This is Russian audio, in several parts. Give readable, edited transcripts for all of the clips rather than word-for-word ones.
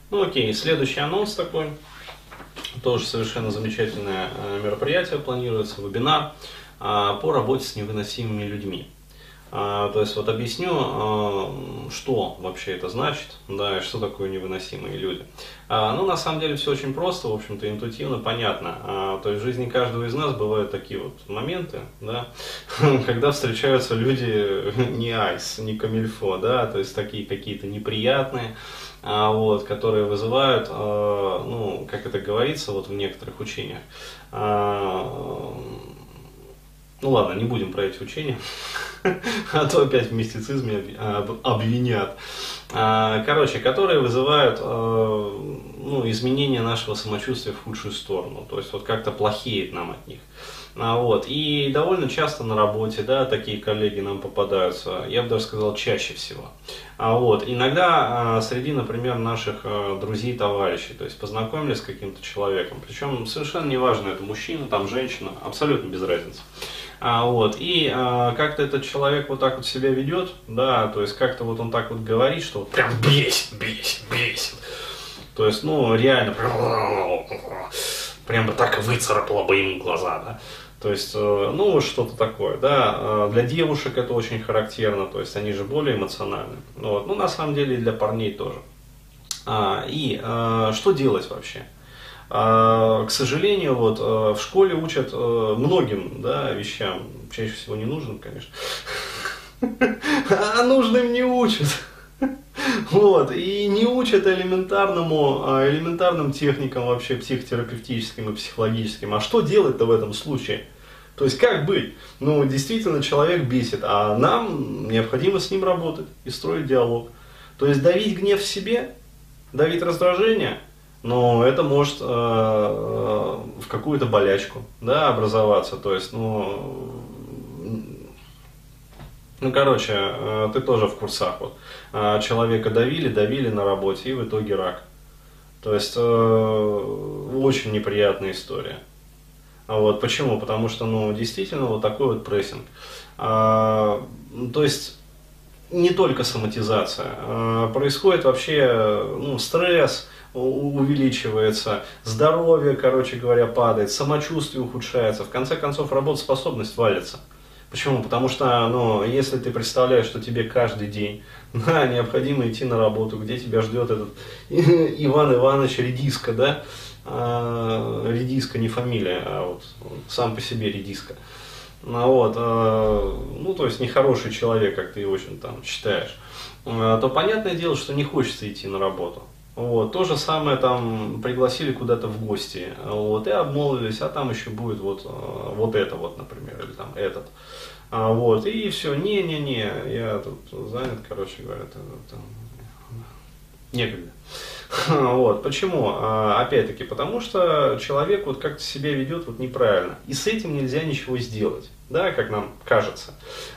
Ну окей, следующий анонс такой. Тоже совершенно замечательное мероприятие планируется, вебинар по работе с невыносимыми людьми. То есть вот объясню, что вообще это значит, да, и что такое невыносимые люди. Ну, на самом деле все очень просто, в общем-то, интуитивно, понятно. То есть в жизни каждого из нас бывают такие вот моменты, да, когда встречаются люди не айс, не камильфо, да, то есть такие какие-то неприятные, вот, которые вызывают, ну, как это говорится вот в некоторых учениях, ну ладно, не будем про эти учения, а то опять в мистицизме обвинят. Короче, которые вызывают ну, изменение нашего самочувствия в худшую сторону. То есть вот как-то плохеет нам от них. Вот. И довольно часто на работе, да, такие коллеги нам попадаются, я бы даже сказал, чаще всего. Вот. Иногда среди, например, наших друзей, товарищей, то есть познакомились с каким-то человеком, причем совершенно неважно, это мужчина, там женщина, абсолютно без разницы. Вот, и как-то этот человек вот так вот себя ведет, да, то есть как-то вот он так вот говорит, что вот прям бесит, бесит, бесит. То есть, ну, реально, прям бы так и выцарапало бы ему глаза, да. То есть, ну, вот что-то такое, да. Для девушек это очень характерно, то есть они же более эмоциональны. Вот. Ну, на самом деле и для парней тоже. Что делать вообще? К сожалению, вот в школе учат многим, да, вещам, чаще всего ненужным, конечно, а нужным не учат. Вот, и не учат элементарным техникам вообще психотерапевтическим и психологическим. А что делать-то в этом случае? То есть как быть? Ну, действительно, человек бесит, а нам необходимо с ним работать и строить диалог. То есть давить гнев в себе, давить раздражение, но это может в какую-то болячку, да, образоваться. То есть, ну, короче, ты тоже в курсах. Вот. Человека давили на работе, и в итоге рак. То есть, очень неприятная история. Вот, почему? Потому что, ну, действительно, вот такой вот прессинг. То есть, не только соматизация. Происходит вообще, ну, стресс увеличивается, здоровье, короче говоря, падает, самочувствие ухудшается, в конце концов, работоспособность валится. Почему? Потому что, ну, если ты представляешь, что тебе каждый день, да, необходимо идти на работу, где тебя ждет этот Иван Иванович Редиска, да, Редиска не фамилия, а вот сам по себе Редиска. Вот, ну, то есть нехороший человек, как ты его очень там считаешь, то понятное дело, что не хочется идти на работу. Вот, то же самое там пригласили куда-то в гости, вот, и обмолвились, а там еще будет вот это вот, например, или там этот. Вот, и все, не-не-не, я тут занят, короче говоря, там, некогда. Вот, почему? Опять-таки, потому что человек вот как-то себя ведет вот неправильно, и с этим нельзя ничего сделать, да, как нам кажется.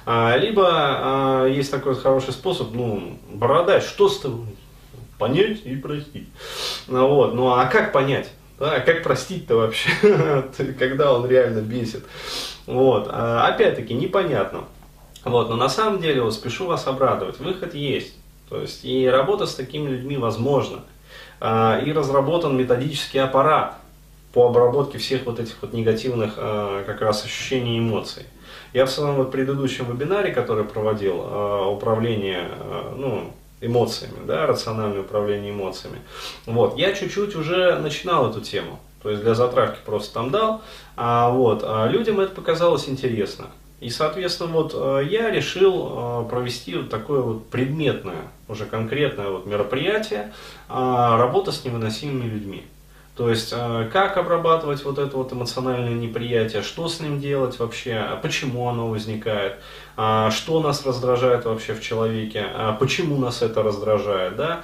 Либо есть такой хороший способ, ну, бородач, что с тобой? Понять и простить. Вот. Ну а как понять? Да, как простить-то вообще, когда он реально бесит? Вот. Опять-таки непонятно. Вот. Но на самом деле, вот, спешу вас обрадовать, выход есть. То есть и работа с такими людьми возможна. И разработан методический аппарат по обработке всех вот этих вот негативных как раз ощущений и эмоций. Я в своем вот предыдущем вебинаре, который проводил, управление, ну, эмоциями, да, рациональное управление эмоциями. Вот, я чуть-чуть уже начинал эту тему, то есть для затравки просто там дал, людям это показалось интересно. И, соответственно, вот я решил провести вот такое вот предметное, уже конкретное вот мероприятие, работа с невыносимыми людьми. То есть, как обрабатывать вот это вот эмоциональное неприятие, что с ним делать вообще, почему оно возникает, что нас раздражает вообще в человеке, почему нас это раздражает, да,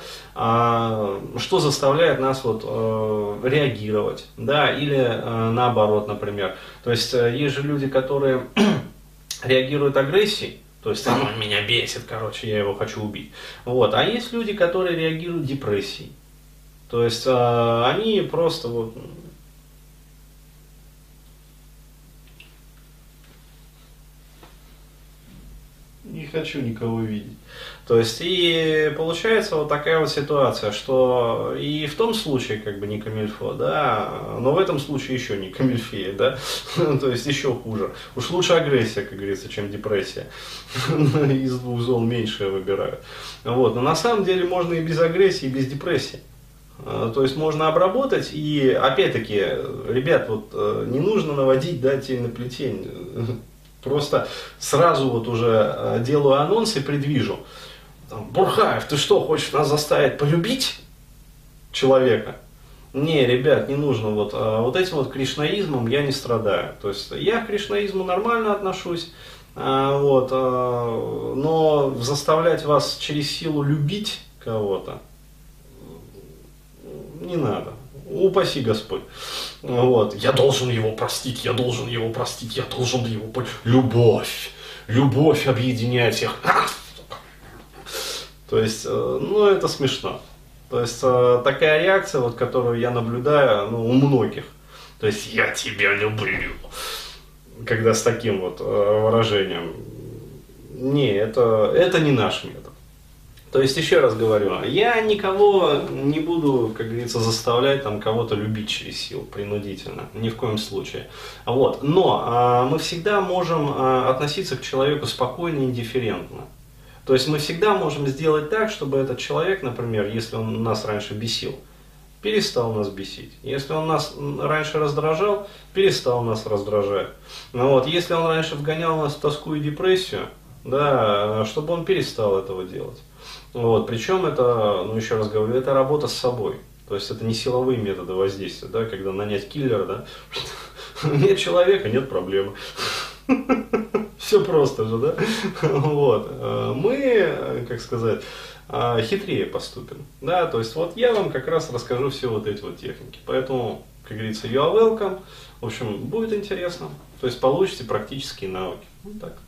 что заставляет нас вот реагировать, да, или наоборот, например. То есть, есть же люди, которые реагируют агрессией, то есть он меня бесит, короче, я его хочу убить. Вот. А есть люди, которые реагируют депрессией. То есть они просто вот не хочу никого видеть. То есть, и получается вот такая вот ситуация, что и в том случае как бы не камильфо, да, но в этом случае еще не камильфея, да, то есть еще хуже. Уж лучше агрессия, как говорится, чем депрессия. Из двух зол меньшее выбирают. Вот, но на самом деле можно и без агрессии, и без депрессии. То есть можно обработать, и опять-таки, ребят, вот не нужно наводить, да, тень на плетень. Просто сразу вот уже делаю анонс и предвижу. Бурхаев, ты что, хочешь нас заставить полюбить человека? Не, ребят, не нужно. Вот этим вот кришнаизмом я не страдаю. То есть я к кришнаизму нормально отношусь, но заставлять вас через силу любить кого-то не надо. Упаси Господь. Вот. Я должен его простить, я должен его простить, я должен его... Любовь. Любовь объединяет всех. То есть, ну, это смешно. То есть, такая реакция, вот, которую я наблюдаю, ну, у многих. То есть, я тебя люблю. Когда с таким вот выражением. Не, это не наш метод. То есть, еще раз говорю, я никого не буду, как говорится, заставлять там кого-то любить через силу, принудительно, ни в коем случае. Вот. Но мы всегда можем относиться к человеку спокойно и индифферентно. То есть мы всегда можем сделать так, чтобы этот человек, например, если он нас раньше бесил, перестал нас бесить. Если он нас раньше раздражал, перестал нас раздражать. Ну вот, если он раньше вгонял нас в тоску и депрессию, да, чтобы он перестал этого делать. Вот, причем это, ну еще раз говорю, это работа с собой. То есть это не силовые методы воздействия, да, когда нанять киллера, да, нет человека, нет проблемы. Все просто же, да? Вот. Мы, как сказать, хитрее поступим. Да, то есть вот я вам как раз расскажу все вот эти вот техники. Поэтому, как говорится, you are welcome. В общем, будет интересно. То есть получите практические навыки. Вот так.